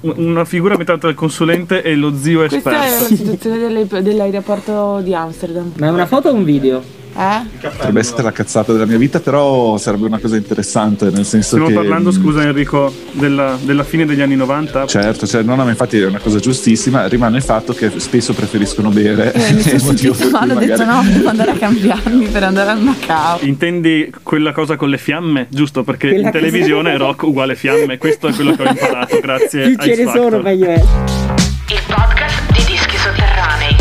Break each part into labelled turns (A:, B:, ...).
A: una figura metà tra il consulente e lo zio esperto.
B: Questa è la situazione dell'aeroporto di Amsterdam.
C: Ma è una foto o un video?
D: Potrebbe essere la cazzata della mia vita, però sarebbe una cosa interessante, nel senso
A: Stiamo
D: che...
A: parlando, scusa Enrico, della fine degli anni 90?
D: Certo, no, ma infatti è una cosa giustissima. Rimane il fatto che spesso preferiscono bere.
B: Mi sono sentita male, ho detto no, devo andare a cambiarmi per andare al Macao.
A: Intendi quella cosa con le fiamme, giusto? Perché
C: Quella
A: in televisione rock uguale fiamme, questo è quello che ho imparato grazie
C: Più ce ne sono, meglio è.
E: Il podcast di Dischi Sotterranei.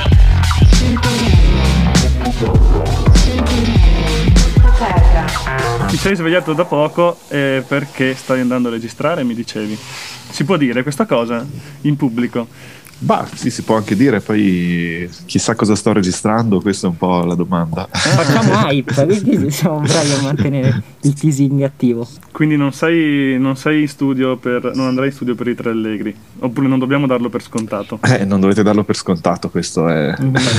A: Ti sei svegliato da poco perché stai andando a registrare, mi dicevi. Si può dire questa cosa in pubblico?
D: Bah, sì, si può anche dire, poi chissà cosa sto registrando, questa è un po' la domanda.
C: Facciamo hype, quindi siamo bravi a mantenere il teasing attivo.
A: Quindi non sei in studio non andrai in studio per i Tre Allegri, oppure non dobbiamo darlo per scontato?
D: Non dovete darlo per scontato, questo è...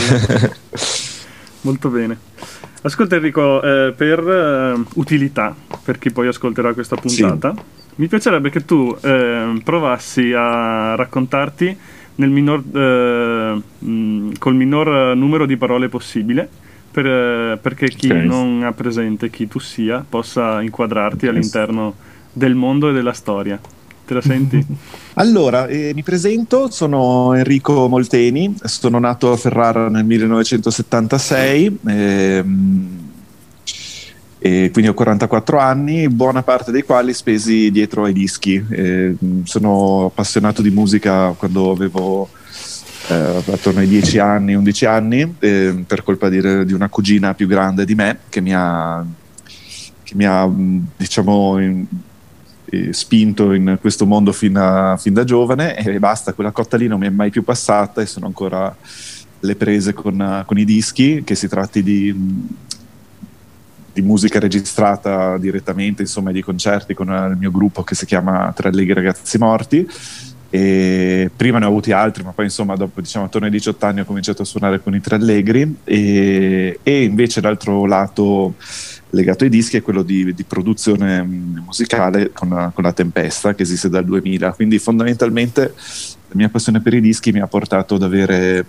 A: Molto bene. Ascolta Enrico, per utilità, per chi poi ascolterà questa puntata, sì, mi piacerebbe che tu provassi a raccontarti col minor numero di parole possibile, perché chi non ha presente chi tu sia possa inquadrarti all'interno del mondo e della storia. Te la senti?
D: Allora, mi presento, sono Enrico Molteni, sono nato a Ferrara nel 1976 e quindi ho 44 anni, buona parte dei quali spesi dietro ai dischi. Sono appassionato di musica quando avevo attorno ai 10 anni, 11 anni, per colpa di una cugina più grande di me che mi ha diciamo spinto in questo mondo fin da giovane, e basta, quella cotta lì non mi è mai più passata e sono ancora alle prese con i dischi, che si tratti di musica registrata direttamente, insomma, di concerti con il mio gruppo che si chiama Tre Allegri Ragazzi Morti, e prima ne ho avuti altri, ma poi insomma dopo, diciamo, attorno ai 18 anni ho cominciato a suonare con i Tre Allegri, e invece l'altro lato legato ai dischi è quello di produzione musicale con la Tempesta, che esiste dal 2000. Quindi fondamentalmente la mia passione per i dischi mi ha portato ad avere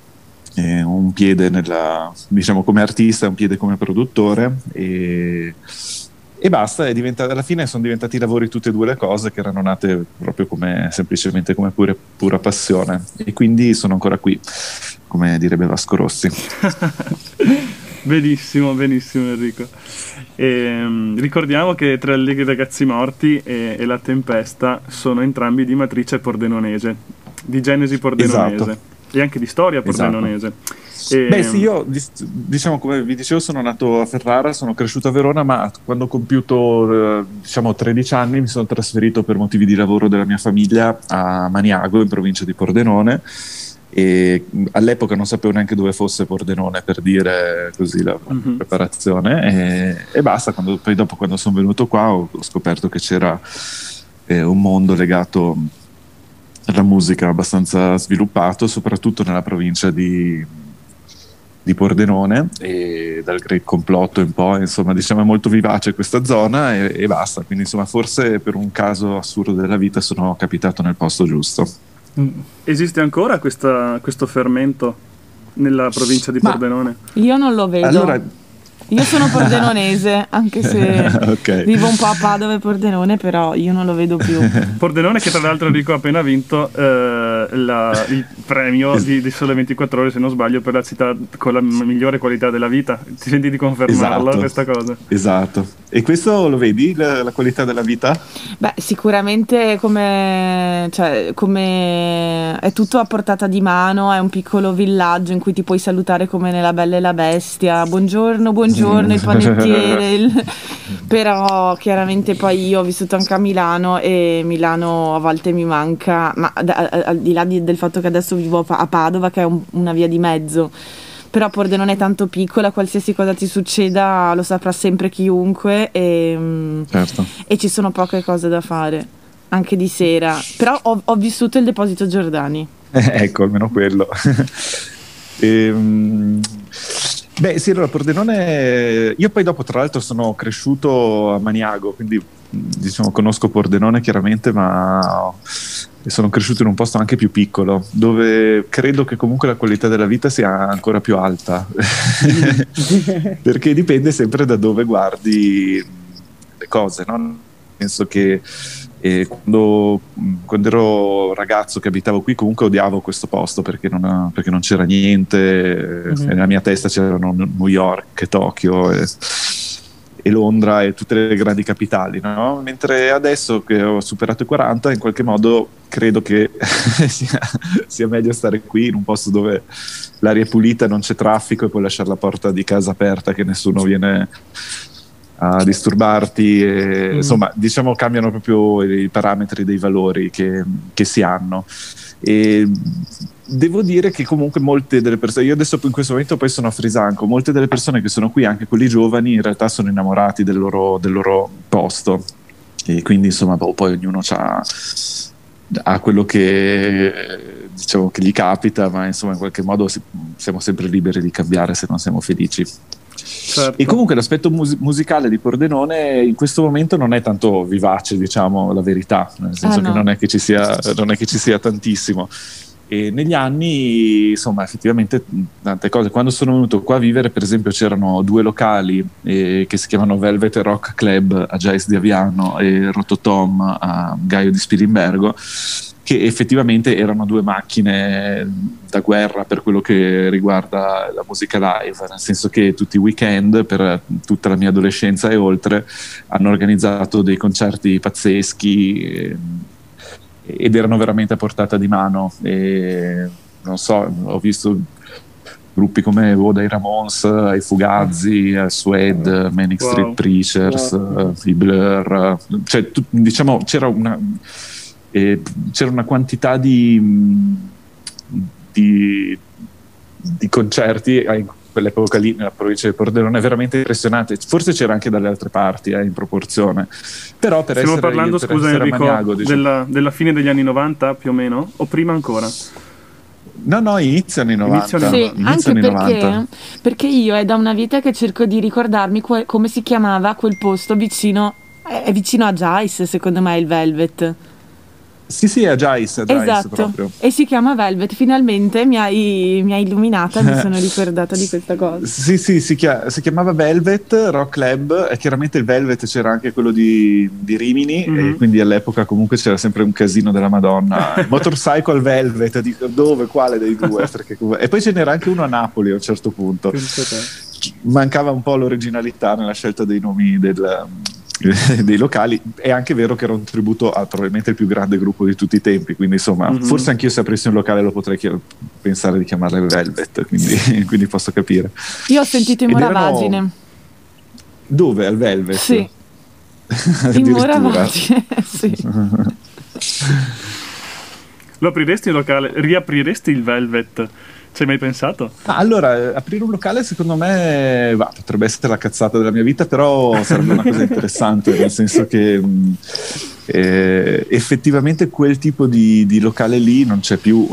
D: un piede diciamo come artista, un piede come produttore, e basta. Alla fine sono diventati lavori tutte e due le cose, che erano nate proprio semplicemente come pura passione, e quindi sono ancora qui, come direbbe Vasco Rossi.
A: Benissimo Enrico. Ricordiamo che Tre Allegri Ragazzi Morti e La Tempesta sono entrambi di matrice pordenonese, di genesi pordenonese. Esatto. E anche di storia pordenonese. Esatto.
D: Beh sì, io diciamo, come vi dicevo, sono nato a Ferrara, sono cresciuto a Verona, ma quando ho compiuto 13 anni mi sono trasferito per motivi di lavoro della mia famiglia a Maniago, in provincia di Pordenone, e all'epoca non sapevo neanche dove fosse Pordenone, per dire così, la preparazione, e basta. Poi dopo, quando sono venuto qua, ho scoperto che c'era un mondo legato alla musica abbastanza sviluppato, soprattutto nella provincia di Pordenone, e dal Great Complotto in poi, insomma, diciamo, è molto vivace questa zona, e basta. Quindi insomma, forse per un caso assurdo della vita sono capitato nel posto giusto.
A: Esiste ancora questo fermento nella provincia di Pordenone?
B: Io non lo vedo.
D: Allora,
B: io sono pordenonese, anche se
D: okay,
B: vivo un po' a Padova e Pordenone, però io non lo vedo più.
A: Pordenone, che tra l'altro Enrico ha appena vinto il premio di Sole 24 Ore, se non sbaglio, per la città con la migliore qualità della vita. Ti senti di confermarla, questa cosa?
D: Esatto. E questo lo vedi, la qualità della vita?
B: Beh, sicuramente come è tutto a portata di mano, è un piccolo villaggio in cui ti puoi salutare come nella Bella e la Bestia, buongiorno, il panettiere, però chiaramente poi io ho vissuto anche a Milano, e Milano a volte mi manca, ma al di là del fatto che adesso vivo a Padova, che è una via di mezzo. Però Pordenone è tanto piccola, qualsiasi cosa ti succeda lo saprà sempre chiunque,
D: certo,
B: e ci sono poche cose da fare, anche di sera. Però ho vissuto il deposito Giordani.
D: Ecco, almeno quello. Beh sì, allora Pordenone, io poi dopo tra l'altro sono cresciuto a Maniago, quindi diciamo conosco Pordenone chiaramente, ma e sono cresciuto in un posto anche più piccolo, dove credo che comunque la qualità della vita sia ancora più alta, perché dipende sempre da dove guardi le cose, no? Penso che quando ero ragazzo che abitavo qui comunque odiavo questo posto perché non c'era niente, e nella mia testa c'erano New York e Tokyo e Londra e tutte le grandi capitali, no? Mentre adesso che ho superato i 40 in qualche modo credo che sia meglio stare qui in un posto dove l'aria è pulita, non c'è traffico e puoi lasciare la porta di casa aperta che nessuno viene a disturbarti e, insomma, diciamo, cambiano proprio i parametri dei valori che si hanno. E devo dire che comunque molte delle persone, io adesso in questo momento poi sono a Frisanco, molte delle persone che sono qui, anche quelli giovani, in realtà sono innamorati del loro posto, e quindi insomma poi ognuno ha quello che, diciamo, che gli capita, ma insomma in qualche modo siamo sempre liberi di cambiare se non siamo felici.
A: Certo.
D: E comunque l'aspetto musicale di Pordenone in questo momento non è tanto vivace, diciamo la verità, nel senso che non è che ci sia tantissimo. E negli anni, insomma, effettivamente tante cose. Quando sono venuto qua a vivere, per esempio, c'erano due locali che si chiamano Velvet Rock Club a Gais di Aviano e Rototom a Gaio di Spilimbergo, che effettivamente erano due macchine da guerra per quello che riguarda la musica live, nel senso che tutti i weekend per tutta la mia adolescenza e oltre hanno organizzato dei concerti pazzeschi ed erano veramente a portata di mano. E non so, ho visto gruppi come dai Ramones ai Fugazi, ai Suede, Manic Street Preachers, i Blur, cioè diciamo c'era una quantità di concerti in quell'epoca lì nella provincia di Pordenone veramente impressionante. Forse c'era anche dalle altre parti in proporzione, però per
A: stiamo
D: essere
A: parlando,
D: per
A: scusa
D: essere
A: Enrico,
D: maniaco, diciamo.
A: della fine degli anni 90 più o meno, o prima ancora?
D: No, inizio anni 90.
B: Sì, anche perché io è da una vita che cerco di ricordarmi come si chiamava quel posto vicino a Gais, secondo me, il Velvet.
D: Sì, a Gais
B: esatto,
D: proprio.
B: E si chiama Velvet. Finalmente mi hai illuminata, mi sono ricordata di questa cosa.
D: Sì, si chiamava Velvet Rock Club, e chiaramente il Velvet c'era anche quello di Rimini, e quindi all'epoca comunque c'era sempre un casino della Madonna. Motorcycle Velvet, dove, quale dei due? E poi ce n'era anche uno a Napoli a un certo punto. Mancava un po' l'originalità nella scelta dei nomi dei locali. È anche vero che era un tributo a probabilmente il più grande gruppo di tutti i tempi, quindi insomma forse anch'io se aprissi un locale lo potrei pensare di chiamarle Velvet, quindi posso capire.
B: Io ho sentito in Moravagine.
D: Dove? Al Velvet?
B: Sì. In Moravagine. Sì.
A: Lo apriresti il locale? Riapriresti il Velvet? Ci hai mai pensato?
D: Allora, aprire un locale secondo me potrebbe essere la cazzata della mia vita, però sarebbe una cosa interessante, nel senso che effettivamente quel tipo di locale lì non c'è più,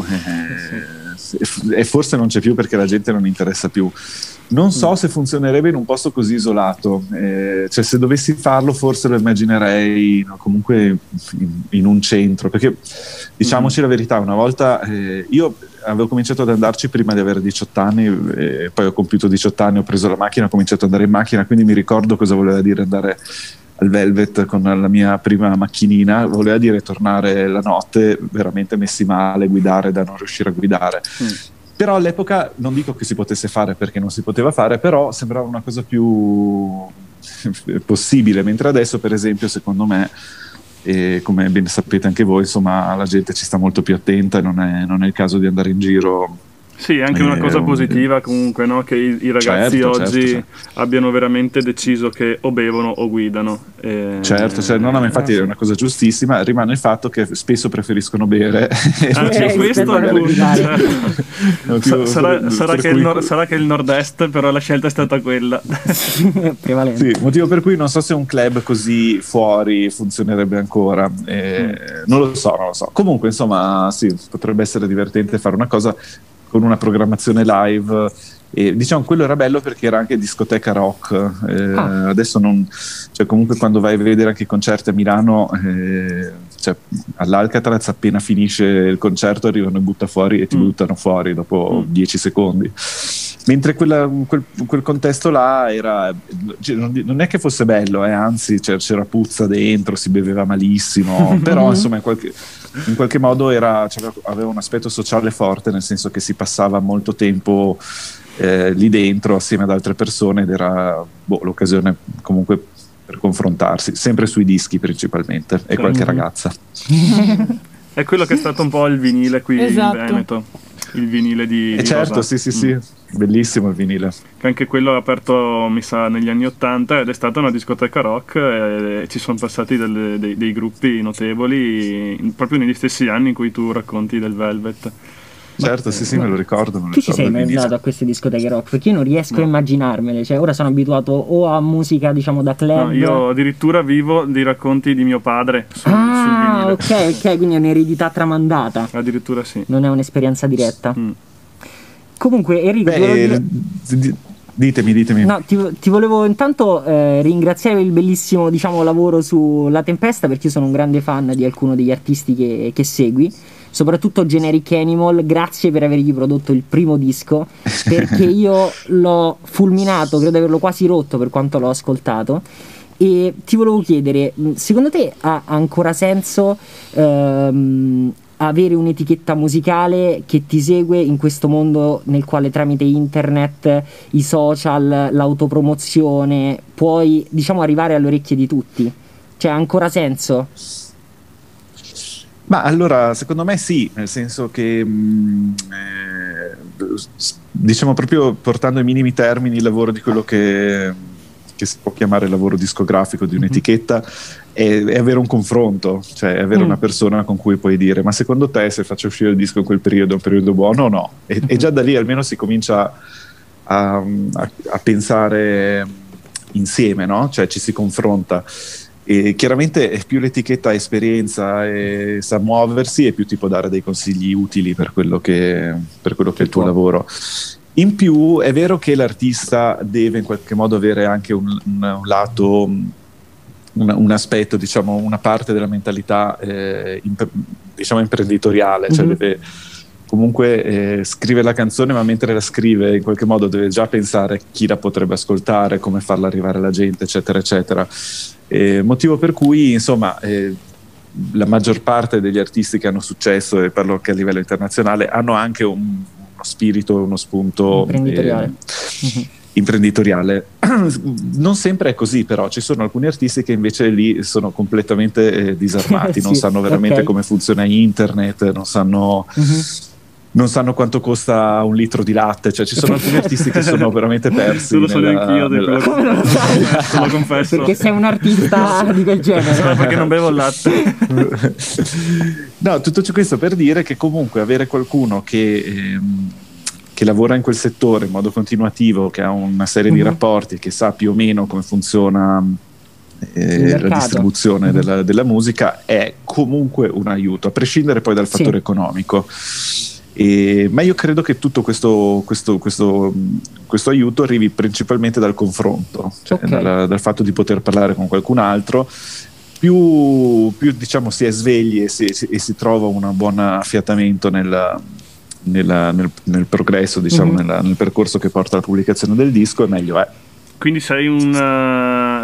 D: e forse non c'è più perché la gente non interessa più. Non so se funzionerebbe in un posto così isolato, cioè se dovessi farlo forse lo immaginerei comunque in un centro, perché diciamoci la verità, una volta io avevo cominciato ad andarci prima di avere 18 anni, poi ho compiuto 18 anni, ho preso la macchina, ho cominciato ad andare in macchina, quindi mi ricordo cosa voleva dire andare al Velvet con la mia prima macchinina, voleva dire tornare la notte veramente messi male, guidare da non riuscire a guidare. Però all'epoca non dico che si potesse fare perché non si poteva fare, però sembrava una cosa più possibile, mentre adesso per esempio secondo me, e come ben sapete anche voi, insomma la gente ci sta molto più attenta e non è il caso di andare in giro.
A: Sì, anche una cosa positiva comunque, no? Che i ragazzi oggi abbiano veramente deciso che o bevono o guidano.
D: Certo, no, ma infatti è una cosa giustissima. Rimane il fatto che spesso preferiscono bere.
A: Questo sarà che il nord-est, però la scelta è stata quella.
D: Sì, motivo per cui non so se un club così fuori funzionerebbe ancora. Non lo so. Comunque, insomma, sì, potrebbe essere divertente fare una cosa con una programmazione live E diciamo quello era bello perché era anche discoteca rock. Adesso non, cioè comunque quando vai a vedere anche i concerti a Milano, cioè all'Alcatraz appena finisce il concerto arrivano e butta fuori e ti buttano fuori dopo 10 secondi. Mentre quel contesto là era, cioè, non è che fosse bello, anzi c'era puzza dentro, si beveva malissimo, però insomma in qualche modo aveva un aspetto sociale forte, nel senso che si passava molto tempo lì dentro assieme ad altre persone ed era l'occasione comunque per confrontarsi, sempre sui dischi principalmente, e qualche ragazza.
A: È quello che è stato un po' il vinile qui in Veneto, il vinile di
D: certo,
A: Rosa.
D: sì, bellissimo il vinile.
A: Che anche quello è aperto, mi sa, negli anni '80 ed è stata una discoteca rock e ci sono passati dei gruppi notevoli proprio negli stessi anni in cui tu racconti del Velvet.
D: Certo, sì, me lo ricordo.
C: Tu ci sei mai andato a queste discoteche rock? Perché io non riesco a immaginarmele, cioè ora sono abituato o a musica diciamo da club.
A: No, io addirittura vivo di racconti di mio padre sul vinile.
C: ok, quindi è un'eredità tramandata.
A: Addirittura sì.
C: Non è un'esperienza diretta. Comunque Enrico,
D: ditemi.
C: No, ti volevo intanto ringraziare per il bellissimo diciamo lavoro sulla Tempesta, perché io sono un grande fan di alcuni degli artisti che segui, soprattutto Generic Animal. Grazie per avergli prodotto il primo disco, perché io l'ho fulminato, credo di averlo quasi rotto per quanto l'ho ascoltato. E ti volevo chiedere, secondo te ha ancora senso avere un'etichetta musicale che ti segue in questo mondo nel quale tramite internet, i social, l'autopromozione puoi diciamo arrivare alle orecchie di tutti? Cioè ha ancora senso?
D: Ma allora secondo me sì, nel senso che diciamo proprio portando ai minimi termini il lavoro di quello che si può chiamare lavoro discografico di un'etichetta è avere un confronto, cioè avere una persona con cui puoi dire ma secondo te se faccio uscire il disco in quel periodo è un periodo buono o no? E già da lì almeno si comincia a pensare insieme, no? Cioè ci si confronta. E chiaramente più l'etichetta ha esperienza e sa muoversi e più ti può dare dei consigli utili per quello che è il tuo lavoro. In più è vero che l'artista deve in qualche modo avere anche un lato, un aspetto, diciamo una parte della mentalità diciamo imprenditoriale, cioè deve comunque scrive la canzone, ma mentre la scrive in qualche modo deve già pensare chi la potrebbe ascoltare, come farla arrivare alla gente, eccetera eccetera. Motivo per cui insomma la maggior parte degli artisti che hanno successo, e parlo anche a livello internazionale, hanno anche uno spirito, uno spunto imprenditoriale. Non sempre è così, però ci sono alcuni artisti che invece lì sono completamente disarmati, non sanno veramente come funziona internet, non sanno quanto costa un litro di latte, cioè ci sono alcuni artisti che sono veramente persi.
A: Lo so anch'io, come non lo sai? Te lo confesso.
C: Perché sei un artista di quel genere.
A: No, perché non bevo il latte.
D: No, tutto questo per dire che comunque avere qualcuno che lavora in quel settore in modo continuativo, che ha una serie di rapporti, che sa più o meno come funziona la distribuzione della musica, è comunque un aiuto, a prescindere poi dal fattore economico. Ma io credo che tutto questo aiuto arrivi principalmente dal confronto, cioè dal fatto di poter parlare con qualcun altro. Più diciamo si è svegli e si trova un buon affiatamento nel progresso, diciamo, nel percorso che porta alla pubblicazione del disco, e meglio è.
A: Quindi sei una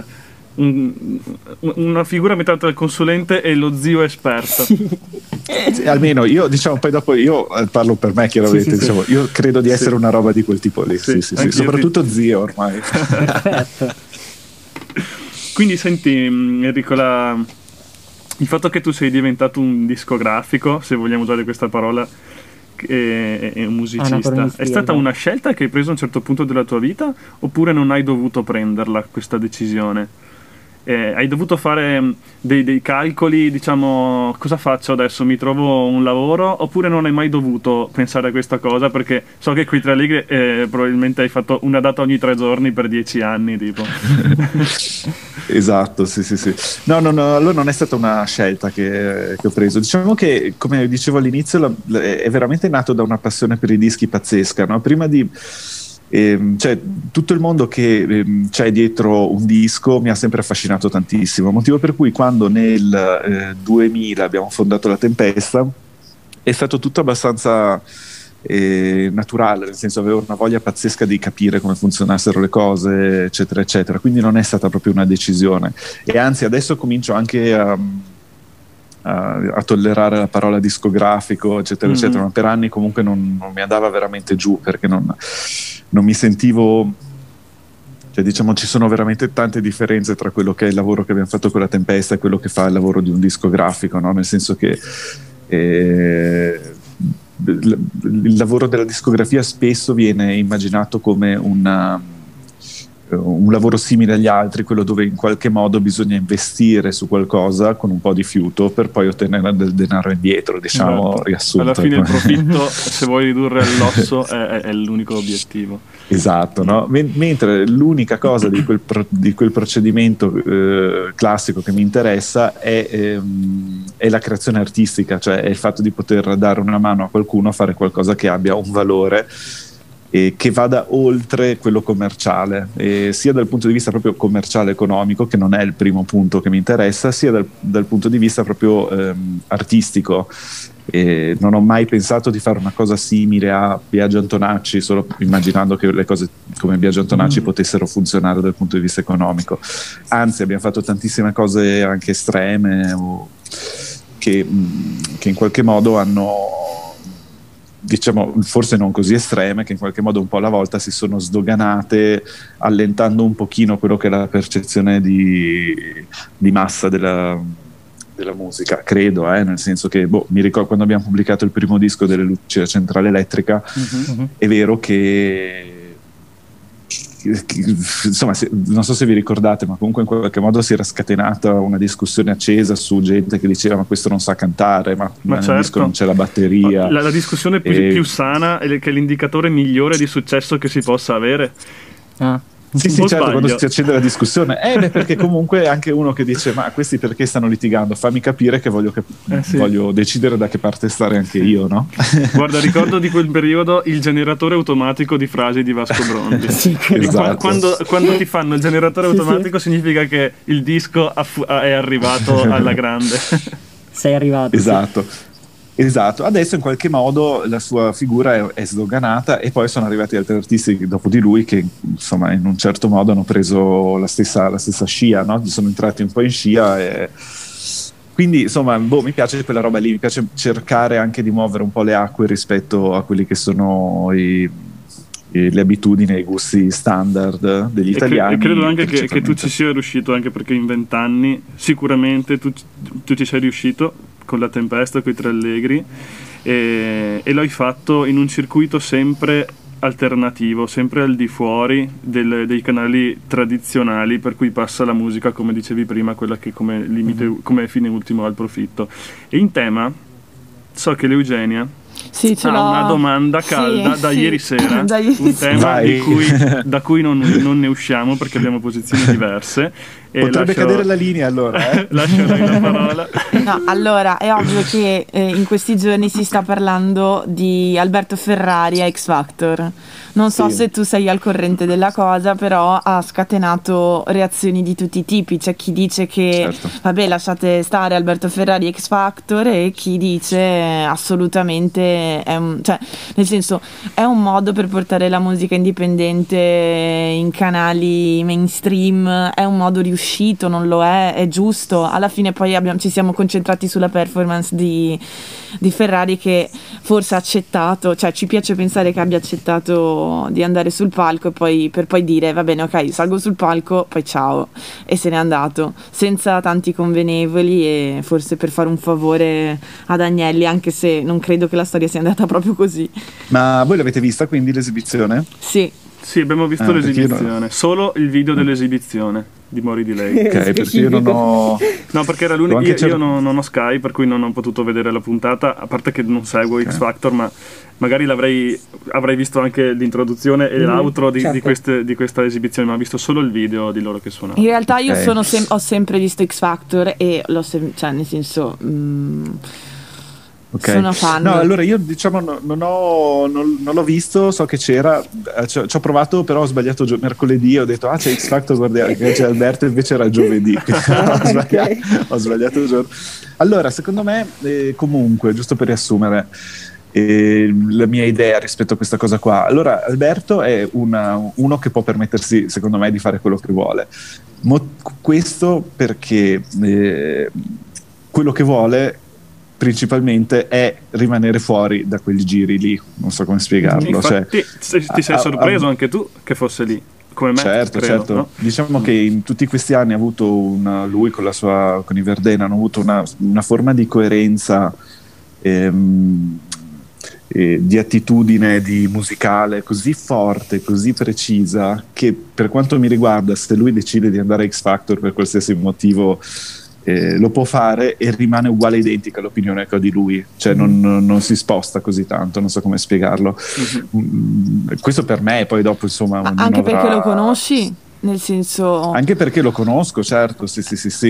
A: figura a metà tra il consulente e lo zio esperto.
D: Sì, almeno io, diciamo, poi dopo io parlo per me chiaramente, diciamo, io credo di essere una roba di quel tipo lì, soprattutto zio ormai.
C: Perfetto.
A: Quindi senti Enrico, il fatto che tu sei diventato un discografico, se vogliamo usare questa parola, e un musicista, è stata una scelta che hai preso a un certo punto della tua vita, oppure non hai dovuto prenderla questa decisione? Hai dovuto fare dei calcoli, diciamo, cosa faccio adesso, mi trovo un lavoro, oppure non hai mai dovuto pensare a questa cosa? Perché so che qui Tre Allegri probabilmente hai fatto una data ogni 3 giorni per 10 anni tipo.
D: Esatto, sì. No, allora non è stata una scelta che ho preso. Diciamo che, come dicevo all'inizio, è veramente nato da una passione per i dischi pazzesca, no? Prima di Cioè, tutto il mondo che c'è dietro un disco mi ha sempre affascinato tantissimo, motivo per cui quando nel 2000 abbiamo fondato La Tempesta è stato tutto abbastanza naturale, nel senso avevo una voglia pazzesca di capire come funzionassero le cose, eccetera eccetera, quindi non è stata proprio una decisione, e anzi adesso comincio anche a tollerare la parola discografico, eccetera eccetera, ma per anni comunque non mi andava veramente giù, perché non mi sentivo, cioè diciamo ci sono veramente tante differenze tra quello che è il lavoro che abbiamo fatto con La Tempesta e quello che fa il lavoro di un discografico, no? Nel senso che il lavoro della discografia spesso viene immaginato come un lavoro simile agli altri, quello dove in qualche modo bisogna investire su qualcosa con un po' di fiuto per poi ottenere del denaro indietro, diciamo, riassunto.
A: Alla fine il profitto, se vuoi ridurre all'osso, è l'unico obiettivo.
D: Esatto, no? Mentre l'unica cosa di quel procedimento classico che mi interessa è la creazione artistica, cioè è il fatto di poter dare una mano a qualcuno a fare qualcosa che abbia un valore e che vada oltre quello commerciale, sia dal punto di vista proprio commerciale economico, che non è il primo punto che mi interessa, sia dal punto di vista proprio artistico. Non ho mai pensato di fare una cosa simile a Biagio Antonacci, solo immaginando che le cose come Biagio Antonacci potessero funzionare dal punto di vista economico. Anzi, abbiamo fatto tantissime cose anche estreme che in qualche modo hanno, diciamo, forse non così estreme, che in qualche modo un po' alla volta si sono sdoganate, allentando un pochino quello che è la percezione di massa della musica, credo, nel senso che mi ricordo quando abbiamo pubblicato il primo disco delle Luci a Centrale Elettrica, è vero che insomma, non so se vi ricordate, ma comunque in qualche modo si era scatenata una discussione accesa su gente che diceva ma questo non sa cantare, ma nel
A: certo,
D: disco non c'è la batteria.
A: La discussione più sana è che è l'indicatore migliore di successo che si possa avere.
D: Sì, certo, quando si accende la discussione, perché comunque anche uno che dice ma questi perché stanno litigando, fammi capire che voglio decidere da che parte stare anche io, no?
A: Guarda, ricordo di quel periodo il generatore automatico di frasi di Vasco Brondi.
D: Esatto.
A: Quando ti fanno il generatore automatico significa che il disco è arrivato alla grande.
C: Sei arrivato.
D: Esatto, adesso in qualche modo la sua figura è sdoganata, e poi sono arrivati altri artisti dopo di lui che insomma in un certo modo hanno preso la stessa scia, no? Sono entrati un po' in scia, e quindi insomma mi piace quella roba lì, mi piace cercare anche di muovere un po' le acque rispetto a quelli che sono le abitudini e i gusti standard degli italiani.
A: E credo anche che tu ci sia riuscito, anche perché in 20 anni sicuramente tu ci sei riuscito con La Tempesta, con i Tre Allegri, e l'hai fatto in un circuito sempre alternativo, sempre al di fuori dei canali tradizionali per cui passa la musica, come dicevi prima, quella che come limite, come fine ultimo ha il profitto. E in tema so che l'Eugenia ha una domanda calda da ieri sera, un tema da cui non ne usciamo perché abbiamo posizioni diverse.
D: Potrebbe cadere la linea, allora.
A: Lascio la parola.
B: No, allora è ovvio che in questi giorni si sta parlando di Alberto Ferrari a X Factor. Non so se tu sei al corrente della cosa, però ha scatenato reazioni di tutti i tipi. C'è chi dice che vabbè, lasciate stare Alberto Ferrari X Factor, e chi dice assolutamente cioè, nel senso, è un modo per portare la musica indipendente in canali mainstream, è un modo riuscito, non lo è giusto. Alla fine poi ci siamo concentrati sulla performance di Ferrari, che forse ha accettato, cioè ci piace pensare che abbia accettato di andare sul palco per poi dire va bene, ok, salgo sul palco, poi ciao, e se n'è andato senza tanti convenevoli, e forse per fare un favore ad Agnelli, anche se non credo che la storia sia andata proprio così.
D: Ma voi l'avete vista quindi l'esibizione?
A: Sì, abbiamo visto l'esibizione, solo il video dell'esibizione di Mori di lei.
D: Ok, perché io non ho...
A: No, perché era l'unica. Io non ho Sky, per cui non ho potuto vedere la puntata, a parte che non seguo X Factor, ma magari avrei visto anche l'introduzione e l'outro di questa esibizione, ma ho visto solo il video di loro che suonano.
B: In realtà io ho sempre visto X Factor, e cioè nel senso
D: Okay.
B: Sono fan.
D: No, allora io diciamo non l'ho visto, so che c'era, ci ho provato, però ho sbagliato mercoledì, ho detto c'è X Factor, guardiamo che c'è Alberto, invece era giovedì. Ho sbagliato il giorno. Allora, secondo me, comunque, giusto per riassumere la mia idea rispetto a questa cosa qua, allora Alberto è uno che può permettersi, secondo me, di fare quello che vuole. Questo perché quello che vuole principalmente è rimanere fuori da quei giri lì, non so come spiegarlo.
A: Infatti, ti sei sorpreso anche tu che fosse lì, come me.
D: Certo. No? Diciamo che in tutti questi anni ha avuto lui con i Verdena hanno avuto una forma di coerenza, di attitudine di musicale così forte, così precisa, che per quanto mi riguarda, se lui decide di andare a X Factor per qualsiasi motivo, lo può fare e rimane uguale, identica all'opinione che ho di lui, cioè non si sposta così tanto, non so come spiegarlo. Questo per me, poi dopo insomma
B: anche perché lo conosci, nel senso,
D: anche perché lo conosco, certo, sì.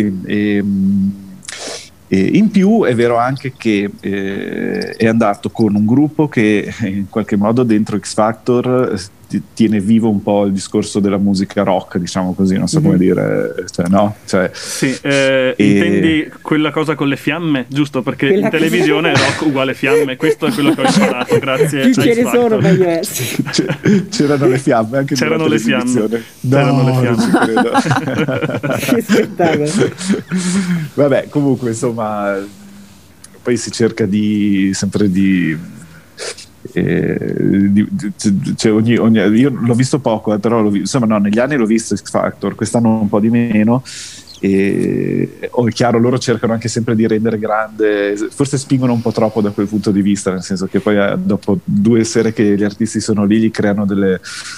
D: E in più è vero anche che è andato con un gruppo che in qualche modo dentro X Factor tiene vivo un po' il discorso della musica rock, diciamo così, non so come dire, no?
A: Sì, intendi quella cosa con le fiamme, giusto? Perché in televisione è rock uguale fiamme, questo è quello che ho imparato, grazie.
C: Più ce ne sono, meglio è.
D: C'erano le fiamme anche
A: c'erano le fiamme.
D: C'erano le fiamme.
C: Che spettacolo.
D: Vabbè, comunque insomma, poi si cerca sempre di cioè io l'ho visto poco, però insomma no, negli anni l'ho visto X Factor, quest'anno un po' di meno, e è chiaro, loro cercano anche sempre di rendere grande, forse spingono un po' troppo da quel punto di vista, nel senso che poi dopo 2 sere che gli artisti sono lì, gli creano delle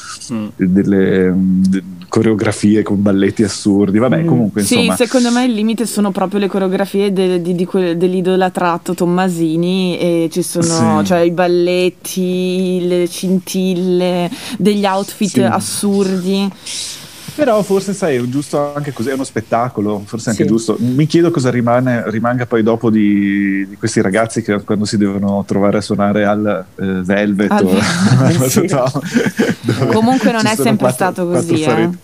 D: coreografie con balletti assurdi, vabbè, comunque insomma.
B: Sì, secondo me il limite sono proprio le coreografie dell'idolatrato Tommasini, e ci sono cioè i balletti, le scintille, degli outfit assurdi.
D: Però forse sai, è giusto anche così, è uno spettacolo, forse anche giusto. Mi chiedo cosa rimanga poi dopo di questi ragazzi che quando si devono trovare a suonare al Velvet
B: comunque non è sempre stato così,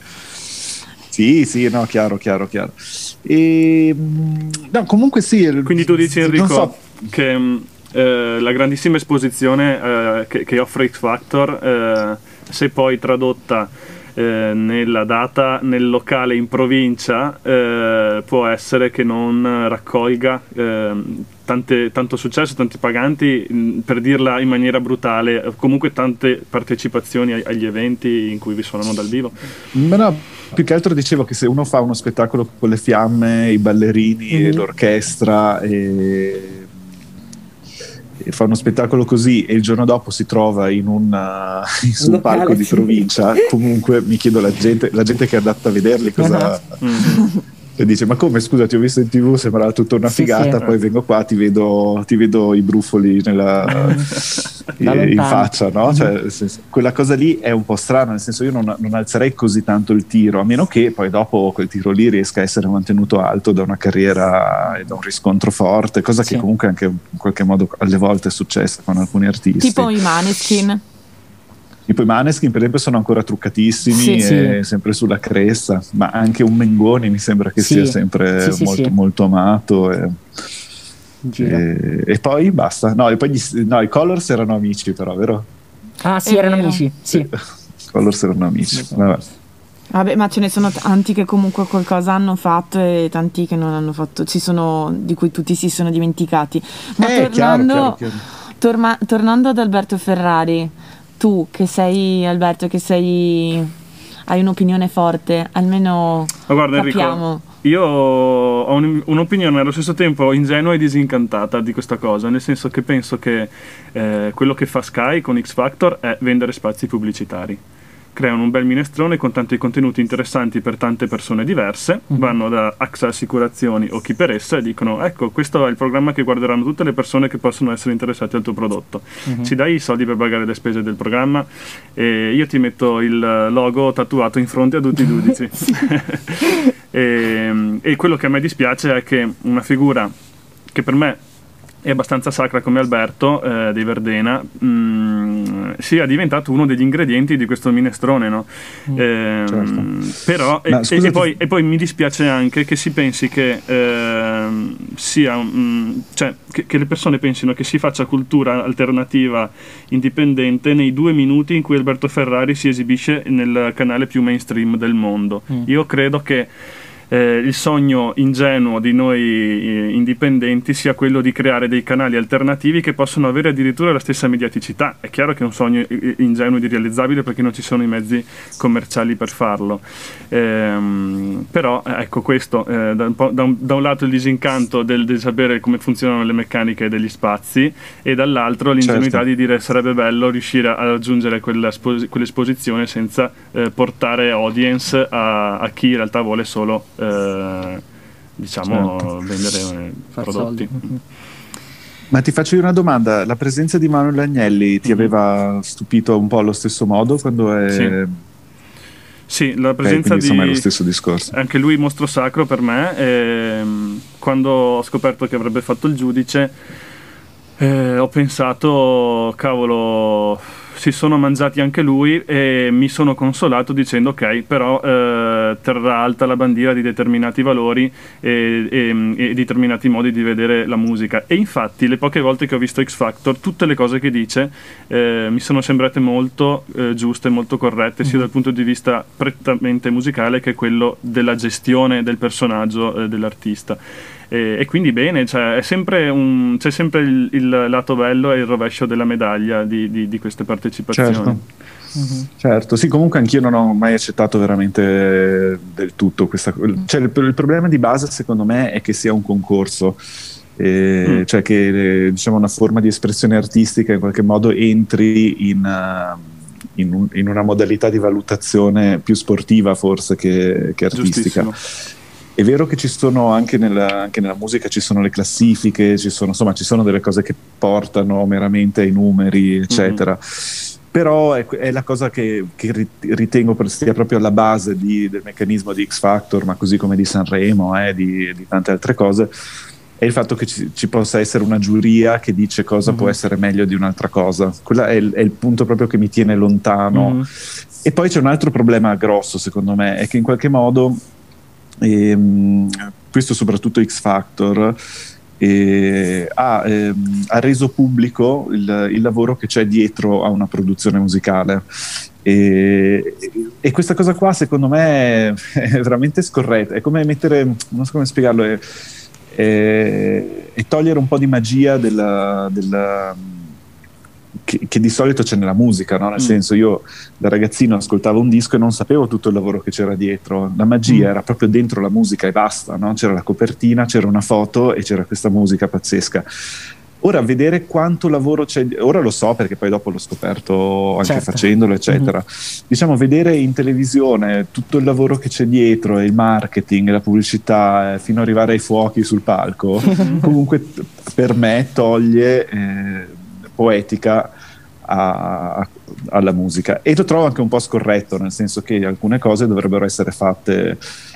D: Sì, no, chiaro. E no, comunque sì.
A: Quindi tu dici, Enrico, che la grandissima esposizione che offre X Factor, se poi tradotta nella data nel locale in provincia, può essere che non raccolga tanto successo, tanti paganti, per dirla in maniera brutale, comunque tante partecipazioni agli eventi in cui vi suonano dal vivo.
D: Ma no, più che altro dicevo che se uno fa uno spettacolo con le fiamme, i ballerini, l'orchestra e fa uno spettacolo così e il giorno dopo si trova su un palco di provincia, comunque mi chiedo la gente che è andata a vederli cosa e dice: ma come, scusa, ti ho visto in TV, sembrava tutta una figata, poi vengo qua, ti vedo i brufoli in faccia, no? Cioè, quella cosa lì è un po' strana, nel senso, io non alzerei così tanto il tiro, a meno che poi dopo quel tiro lì riesca a essere mantenuto alto da una carriera e da un riscontro forte, cosa che comunque anche in qualche modo alle volte è successa con alcuni artisti,
B: tipo i Maneskin.
D: Tipo i Maneskin, per esempio, sono ancora truccatissimi e sempre sulla cresta, ma anche un Mengoni mi sembra che sia sempre molto amato. E poi basta. No, i Colors erano amici, però, vero?
C: Ah, sì, erano amici. Sì.
D: I Colors erano amici.
B: Vabbè, ma ce ne sono tanti che comunque qualcosa hanno fatto e tanti che non hanno fatto, di cui tutti si sono dimenticati. Ma tornando ad Alberto Ferrari, tu che sei Alberto, hai un'opinione forte, almeno
A: guarda,
B: capiamo.
A: Enrico, io ho un'opinione allo stesso tempo ingenua e disincantata di questa cosa, nel senso che penso che quello che fa Sky con X Factor è vendere spazi pubblicitari. Creano un bel minestrone con tanti contenuti interessanti per tante persone diverse, vanno da AXA Assicurazioni o chi per essa e dicono: ecco, questo è il programma che guarderanno tutte le persone che possono essere interessate al tuo prodotto. Ci dai i soldi per pagare le spese del programma e io ti metto il logo tatuato in fronte a tutti i giudici. E quello che a me dispiace è che una figura che per me è abbastanza sacra come Alberto dei Verdena, sia diventato uno degli ingredienti di questo minestrone, no?
D: Certo.
A: Però e poi mi dispiace anche che si pensi che sia cioè che le persone pensino che si faccia cultura alternativa indipendente nei 2 minuti in cui Alberto Ferrari si esibisce nel canale più mainstream del mondo. Io credo che il sogno ingenuo di noi indipendenti sia quello di creare dei canali alternativi che possono avere addirittura la stessa mediaticità. È chiaro che è un sogno ingenuo ed irrealizzabile perché non ci sono i mezzi commerciali per farlo, però ecco questo, da un lato il disincanto del sapere come funzionano le meccaniche degli spazi, e dall'altro l'ingenuità di dire sarebbe bello riuscire a raggiungere quell'esposizione senza portare audience a chi in realtà vuole solo vendere prodotti.
D: Ma ti faccio una domanda: la presenza di Manuel Agnelli ti aveva stupito un po' allo stesso modo quando è...
A: Sì, la presenza di...
D: insomma è lo stesso discorso.
A: Anche lui mostro sacro per me, quando ho scoperto che avrebbe fatto il giudice ho pensato, cavolo, si sono mangiati anche lui, e mi sono consolato dicendo ok, però terrà alta la bandiera di determinati valori e determinati modi di vedere la musica. E infatti le poche volte che ho visto X Factor, tutte le cose che dice mi sono sembrate molto giuste, molto corrette, sia dal punto di vista prettamente musicale che quello della gestione del personaggio dell'artista. E quindi bene, cioè, c'è sempre il lato bello e il rovescio della medaglia di queste partecipazioni.
D: Certo, sì, comunque anch'io non ho mai accettato veramente del tutto questa cosa. Cioè, il problema di base secondo me è che sia un concorso, cioè che diciamo una forma di espressione artistica in qualche modo entri in una modalità di valutazione più sportiva forse che artistica. Giustissimo. È vero che ci sono anche nella musica, ci sono le classifiche, ci sono delle cose che portano meramente ai numeri, eccetera. Però è la cosa che ritengo sia proprio alla base del meccanismo di X Factor, ma così come di Sanremo, di tante altre cose, è il fatto che ci possa essere una giuria che dice cosa può essere meglio di un'altra cosa. Quello è il punto proprio che mi tiene lontano. E poi c'è un altro problema grosso, secondo me, è che in qualche modo... questo soprattutto X Factor ha reso pubblico il lavoro che c'è dietro a una produzione musicale, e questa cosa qua secondo me è veramente scorretta. È come mettere, non so come spiegarlo, è togliere un po' di magia che di solito c'è nella musica, no? Nel senso, io da ragazzino ascoltavo un disco e non sapevo tutto il lavoro che c'era dietro. La magia era proprio dentro la musica e basta, no? C'era la copertina, c'era una foto e c'era questa musica pazzesca. Ora vedere quanto lavoro c'è, ora lo so perché poi dopo l'ho scoperto anche facendolo, eccetera. Diciamo, vedere in televisione tutto il lavoro che c'è dietro, e il marketing, la pubblicità, fino ad arrivare ai fuochi sul palco, comunque per me toglie poetica alla musica, e lo trovo anche un po' scorretto, nel senso che alcune cose dovrebbero essere fatte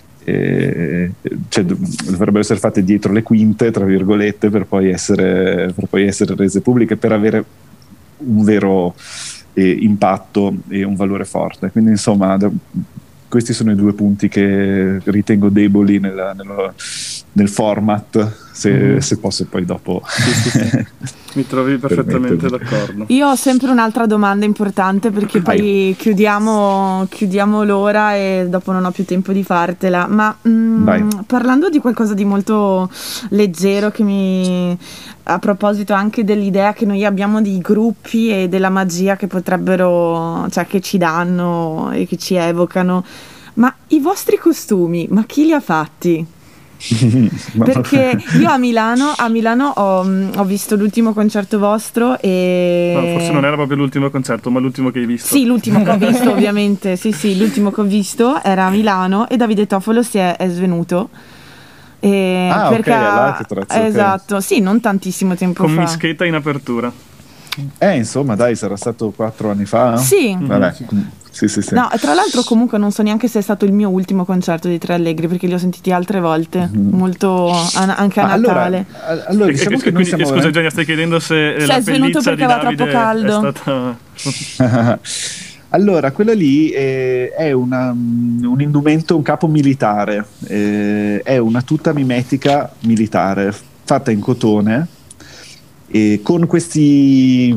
D: dovrebbero essere fatte dietro le quinte, tra virgolette, per poi essere rese pubbliche, per avere un vero impatto e un valore forte. Quindi insomma questi sono i due punti che ritengo deboli nel format, se posso poi dopo
A: mi trovi perfettamente d'accordo.
B: Io ho sempre un'altra domanda importante, perché poi chiudiamo l'ora e dopo non ho più tempo di fartela, ma parlando di qualcosa di molto leggero, a proposito anche dell'idea che noi abbiamo di gruppi e della magia che potrebbero, cioè che ci danno e che ci evocano, ma i vostri costumi, ma chi li ha fatti? Perché io a Milano ho visto l'ultimo concerto vostro e...
A: No, forse non era proprio l'ultimo concerto, ma l'ultimo che hai visto.
B: Sì, l'ultimo che ho visto ovviamente, sì, l'ultimo che ho visto era a Milano e Davide Toffolo è svenuto. Perché esatto, sì, non tantissimo tempo
A: fa. Con
B: Mischeta
A: in apertura.
D: Insomma, dai, sarà stato 4 anni fa, no?
B: Sì.
D: Vabbè, sì.
B: No, e tra l'altro comunque non so neanche se è stato il mio ultimo concerto di Tre Allegri, perché li ho sentiti altre volte, molto anche a Natale.
D: Allora diciamo che noi siamo
A: scusa Giulia, stai chiedendo se la
B: svenuto
A: pelliccia
B: perché
A: di
B: aveva
A: Davide
B: troppo caldo.
A: è stata...
D: Allora, quello lì è un indumento, un capo militare, è una tuta mimetica militare fatta in cotone e con questi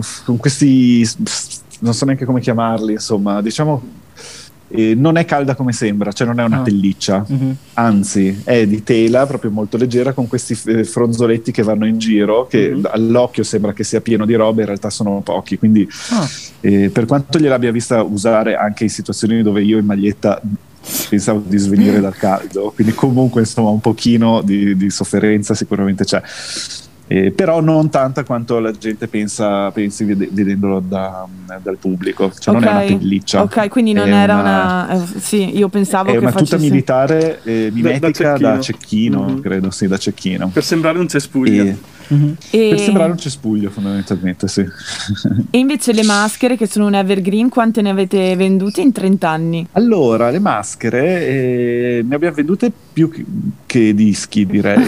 D: non so neanche come chiamarli, insomma, diciamo non è calda come sembra, cioè non è una pelliccia, anzi è di tela proprio molto leggera con questi fronzoletti che vanno in giro, che all'occhio sembra che sia pieno di roba, in realtà sono pochi, quindi per quanto gliel'abbia vista usare anche in situazioni dove io in maglietta pensavo di svenire dal caldo, quindi comunque insomma un pochino di sofferenza sicuramente c'è. Però non tanta quanto la gente pensi vedendolo dal pubblico, cioè non è una pelliccia.
B: Ok, quindi non era una sì, io pensavo
D: è
B: che
D: una tuta
B: facesse...
D: militare mimetica da cecchino, credo, sì, da cecchino.
A: Per sembrare un cespuglio.
D: Per sembrare un cespuglio fondamentalmente, sì.
B: E invece le maschere, che sono un evergreen, quante ne avete vendute in 30 anni?
D: Allora, le maschere ne abbiamo vendute più che dischi, direi.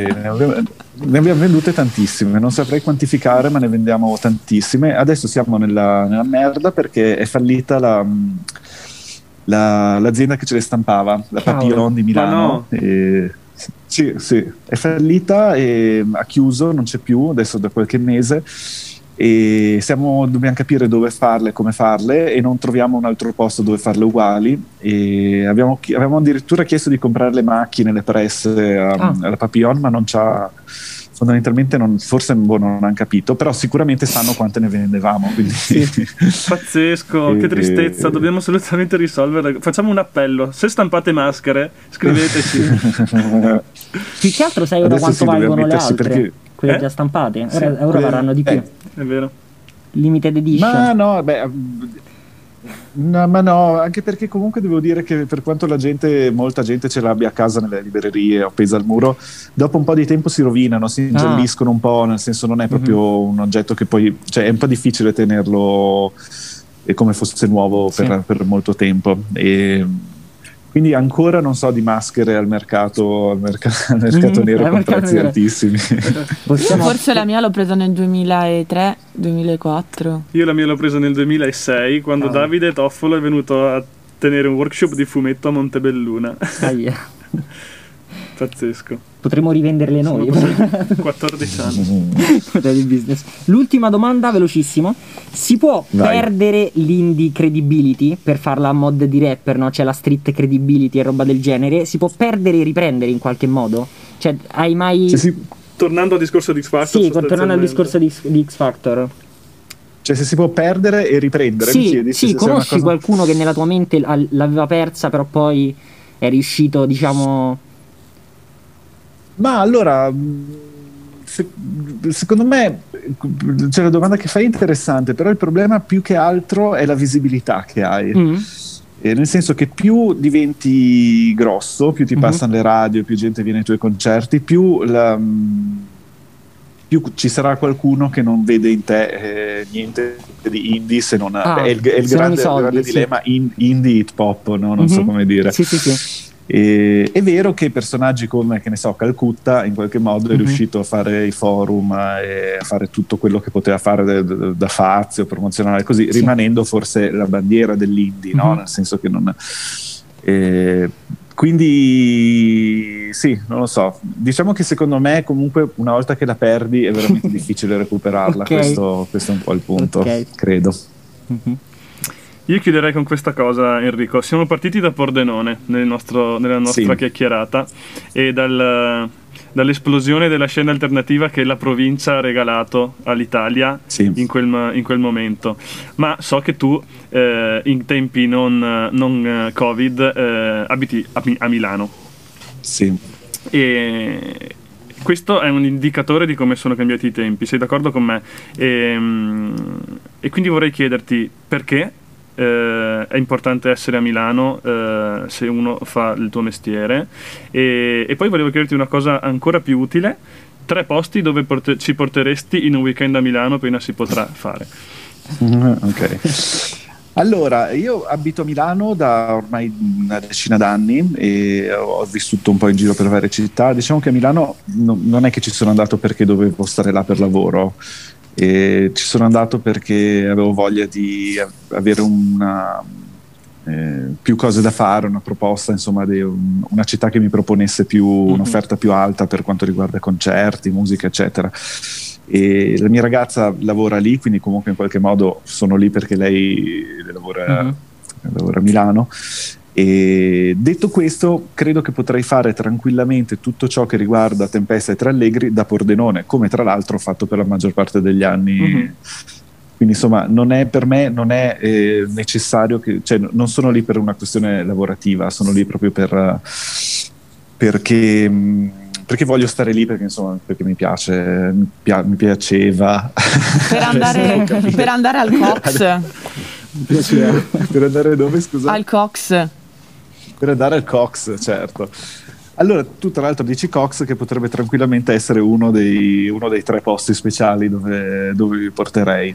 D: Ne abbiamo vendute tantissime, non saprei quantificare, ma ne vendiamo tantissime. Adesso siamo nella merda perché è fallita l'azienda che ce le stampava, la Papillon di Milano. Sì, è fallita e ha chiuso, non c'è più adesso da qualche mese e dobbiamo capire dove farle, come farle, e non troviamo un altro posto dove farle uguali, e avevamo addirittura chiesto di comprare le macchine, le presse alla Papillon, ma non c'ha, fondamentalmente forse non hanno capito, però sicuramente sanno quante ne vendevamo, quindi
A: pazzesco, che tristezza, dobbiamo assolutamente risolverla. Facciamo un appello: se stampate maschere scriveteci.
C: Più che altro sai ora quanto valgono le altre, perché... quelle già stampate, ora varranno di più.
A: È vero.
C: Limited edition.
D: Ma no, anche perché comunque devo dire che per quanto molta gente ce l'abbia a casa nelle librerie o appesa al muro, dopo un po' di tempo si rovinano, si ingialliscono un po', nel senso non è proprio un oggetto che poi, cioè è un po' difficile tenerlo come fosse nuovo per molto tempo, e quindi ancora non so di maschere al mercato nero con prezzi altissimi.
B: Forse la mia l'ho presa nel 2003-2004.
A: Io la mia l'ho presa nel 2006, quando Davide Toffolo è venuto a tenere un workshop di fumetto a Montebelluna. Pazzesco.
C: Potremmo rivenderle noi.
A: 14 anni.
C: Business. L'ultima domanda, velocissimo: si può perdere l'indie credibility per farla a mod di rapper, no? C'è la street credibility e roba del genere. Si può perdere e riprendere in qualche modo? Cioè, hai mai...
A: Tornando al discorso di X Factor.
C: Sì, tornando al discorso di X Factor.
D: Cioè, se si può perdere e riprendere.
C: Sì, conosci qualcuno che nella tua mente l'aveva persa, però poi è riuscito, diciamo...
D: Ma allora, secondo me, cioè, la domanda che fai è interessante, però il problema più che altro è la visibilità che hai. Nel senso che più diventi grosso, più ti passano le radio, più gente viene ai tuoi concerti, più ci sarà qualcuno che non vede in te niente di indie, se non è il grande dilemma indie hip hop, no? Non so come dire.
C: Sì.
D: È vero che personaggi come, che ne so, Calcutta in qualche modo è riuscito a fare i forum e a fare tutto quello che poteva fare da fazio promozionale, così rimanendo forse la bandiera dell'indie, no? Nel senso che non quindi sì, non lo so, diciamo che secondo me comunque una volta che la perdi è veramente difficile recuperarla. Questo è un po' il punto, credo.
A: Io chiuderei con questa cosa, Enrico. Siamo partiti da Pordenone nella nostra chiacchierata, e dall'esplosione della scena alternativa che la provincia ha regalato all'Italia in quel momento. Ma so che tu in tempi non Covid abiti a Milano.
D: Sì.
A: E questo è un indicatore di come sono cambiati i tempi, sei d'accordo con me? E quindi vorrei chiederti perché è importante essere a Milano se uno fa il tuo mestiere, e poi volevo chiederti una cosa ancora più utile: 3 posti dove ci porteresti in un weekend a Milano appena si potrà fare.
D: Ok. Allora, io abito a Milano da ormai una decina d'anni e ho vissuto un po' in giro per varie città. Diciamo che a Milano non è che ci sono andato perché dovevo stare là per lavoro, ci sono andato perché avevo voglia di avere più cose da fare, una proposta, insomma, una città che mi proponesse un'offerta più alta per quanto riguarda concerti, musica, eccetera. E la mia ragazza lavora lì, quindi comunque in qualche modo sono lì perché lei lavora a Milano. E detto questo, credo che potrei fare tranquillamente tutto ciò che riguarda Tempesta e Tre Allegri da Pordenone, come tra l'altro ho fatto per la maggior parte degli anni. Quindi insomma per me non è necessario cioè non sono lì per una questione lavorativa, sono lì proprio perché voglio stare lì, perché insomma perché mi piace, mi piaceva
B: per andare al Cox.
D: Per andare dove, scusa?
B: Al Cox.
D: Per andare al Cox, certo. Allora, tu tra l'altro dici Cox, che potrebbe tranquillamente essere uno dei 3 posti speciali dove vi porterei.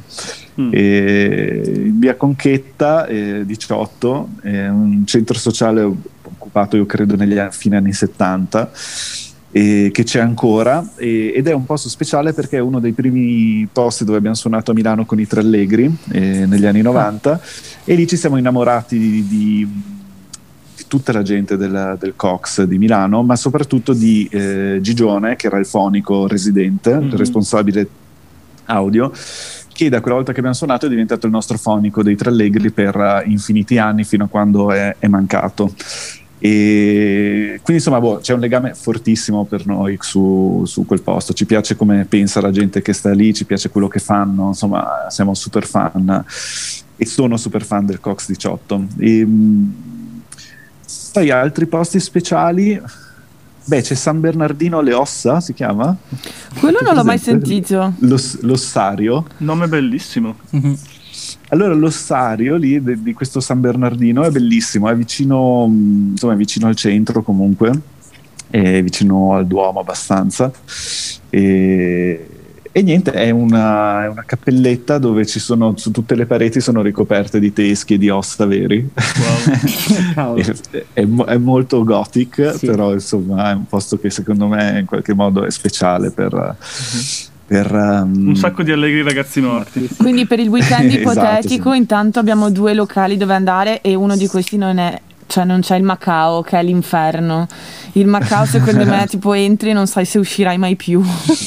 D: In via Conchetta 18, è un centro sociale occupato, io credo, fine anni 70, che c'è ancora, ed è un posto speciale perché è uno dei primi posti dove abbiamo suonato a Milano con i Tre Allegri negli anni 90, e lì ci siamo innamorati di tutta la gente del Cox di Milano, ma soprattutto di Gigione, che era il fonico residente, il responsabile audio, che da quella volta che abbiamo suonato è diventato il nostro fonico dei Tre Allegri per infiniti anni, fino a quando è mancato. E quindi insomma c'è un legame fortissimo per noi su quel posto. Ci piace come pensa la gente che sta lì, ci piace quello che fanno, insomma siamo super fan, e sono super fan del Cox 18. Poi altri posti speciali, c'è San Bernardino alle Ossa, si chiama?
B: Quello non l'ho mai sentito.
D: L'ossario.
A: Nome bellissimo.
D: Allora, l'ossario lì di questo San Bernardino è bellissimo, è vicino al centro comunque, è vicino al Duomo abbastanza, e niente, è una cappelletta dove su tutte le pareti sono ricoperte di teschi e di ossa veri. Wow. è molto gothic, sì. Però insomma è un posto che secondo me in qualche modo è speciale per
A: un sacco di allegri ragazzi morti.
B: Quindi per il weekend ipotetico,
D: esatto, sì.
B: Intanto abbiamo 2 locali dove andare, e uno di questi non c'è il Macao, che è l'inferno. Il Macao secondo me tipo entri e non sai se uscirai mai più.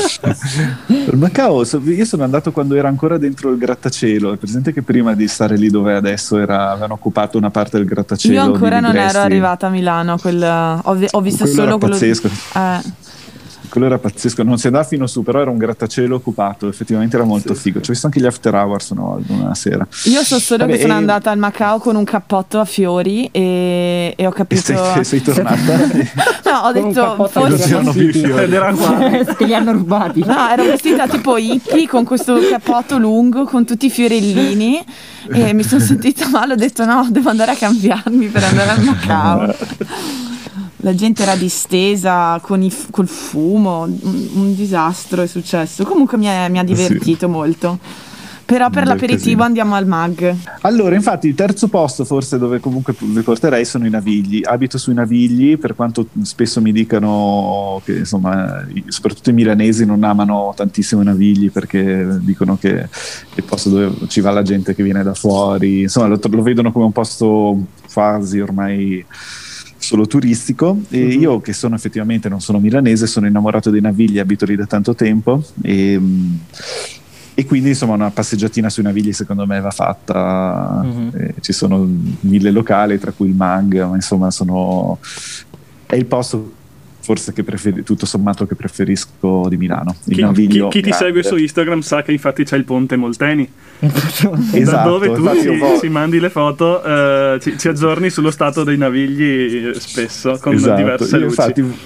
D: Il Macao, io sono andato quando era ancora dentro il grattacielo. È presente che prima di stare lì dove adesso avevano occupato una parte del grattacielo?
B: Io ancora non ero arrivata a Milano, ho visto solo quello
D: pazzesco. Quello era pazzesco, non si andava fino su, però era un grattacielo occupato, effettivamente era molto figo. Ci ho visto anche gli after hours una sera.
B: Io so solo che sono andata al Macao con un cappotto a fiori e ho capito.
D: Sei tornata?
B: No, ho detto
D: forse non più i fiori.
C: Te li hanno rubati.
B: No, ero vestita tipo hippie con questo cappotto lungo con tutti i fiorellini e mi sono sentita male, ho detto no, devo andare a cambiarmi per andare al Macao. La gente era distesa col fumo, un disastro è successo. Comunque mi ha divertito molto. Però per l'aperitivo andiamo al Mag.
D: Allora, infatti, il terzo posto forse dove comunque vi porterei sono i Navigli. Abito sui Navigli, per quanto spesso mi dicano che insomma soprattutto i milanesi non amano tantissimo i Navigli, perché dicono che è il posto dove ci va la gente che viene da fuori, insomma lo vedono come un posto quasi ormai solo turistico. E io, che effettivamente non sono milanese, sono innamorato dei Navigli, abito lì da tanto tempo, e quindi insomma una passeggiatina sui Navigli secondo me va fatta. Ci sono 1000 locali, tra cui il Mag, ma insomma è il posto forse che tutto sommato che preferisco di Milano.
A: Chi ti segue su Instagram sa che infatti c'è il ponte Molteni.
D: Esatto,
A: da dove tu ci mandi le foto, ci aggiorni sullo stato dei Navigli spesso con diverse luci.
D: Infatti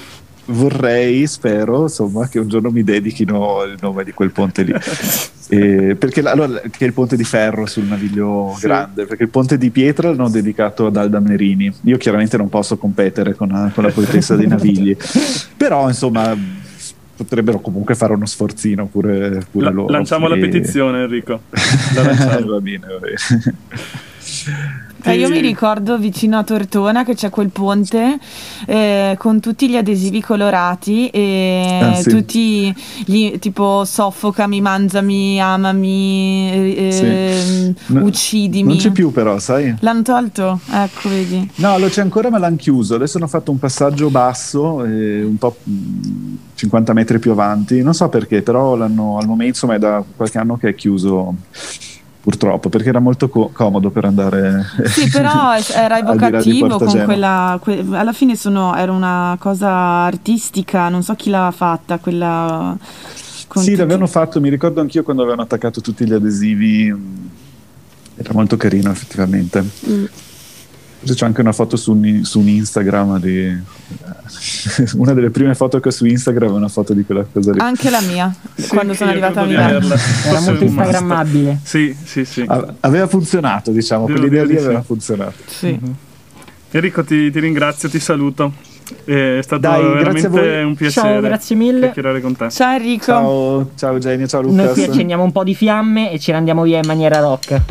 D: spero insomma che un giorno mi dedichino il nome di quel ponte lì. Perché che è il ponte di ferro sul Naviglio grande, perché il ponte di pietra l'hanno dedicato ad Alda Merini. Io chiaramente non posso competere con la poetessa dei Navigli, però insomma potrebbero comunque fare uno sforzino pure loro.
A: Lanciamo la petizione, Enrico. La lanciamo.
D: Va bene.
B: Io mi ricordo vicino a Tortona che c'è quel ponte con tutti gli adesivi colorati e
D: sì.
B: tutti gli tipo soffocami, mangiami, amami,
D: Sì.
B: uccidimi.
D: Non c'è più però, sai?
B: L'hanno tolto? Ecco, vedi.
D: No, lo c'è ancora ma l'hanno chiuso. Adesso hanno fatto un passaggio basso, un po' 50 metri più avanti. Non so perché, però al momento insomma è da qualche anno che è chiuso. Purtroppo, perché era molto comodo per andare.
B: Sì, però era evocativo con quella. Alla fine era una cosa artistica, non so chi l'ha fatta. Quella.
D: Sì, l'avevano fatto, mi ricordo anch'io quando avevano attaccato tutti gli adesivi. Era molto carino, effettivamente. C'è anche una foto su un Instagram una delle prime foto che ho su Instagram è una foto di quella cosa lì.
B: Anche la mia, quando sono arrivata a Milano.
C: Era molto instagrammabile.
A: Sì.
D: Aveva funzionato, diciamo, quell'idea lì aveva funzionato.
B: Sì.
A: Enrico, ti ringrazio, ti saluto. È stato veramente un piacere.
C: Ciao, grazie mille.
A: Chiacchierare con te.
B: Ciao Enrico.
D: Ciao Eugenio, ciao Lucas.
C: Noi qui accendiamo un po' di fiamme e ce ne andiamo via in maniera rock.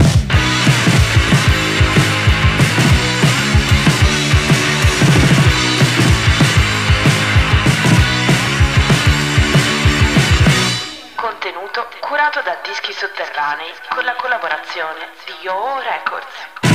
E: Curato da Dischi Sotterranei con la collaborazione di Yo Records.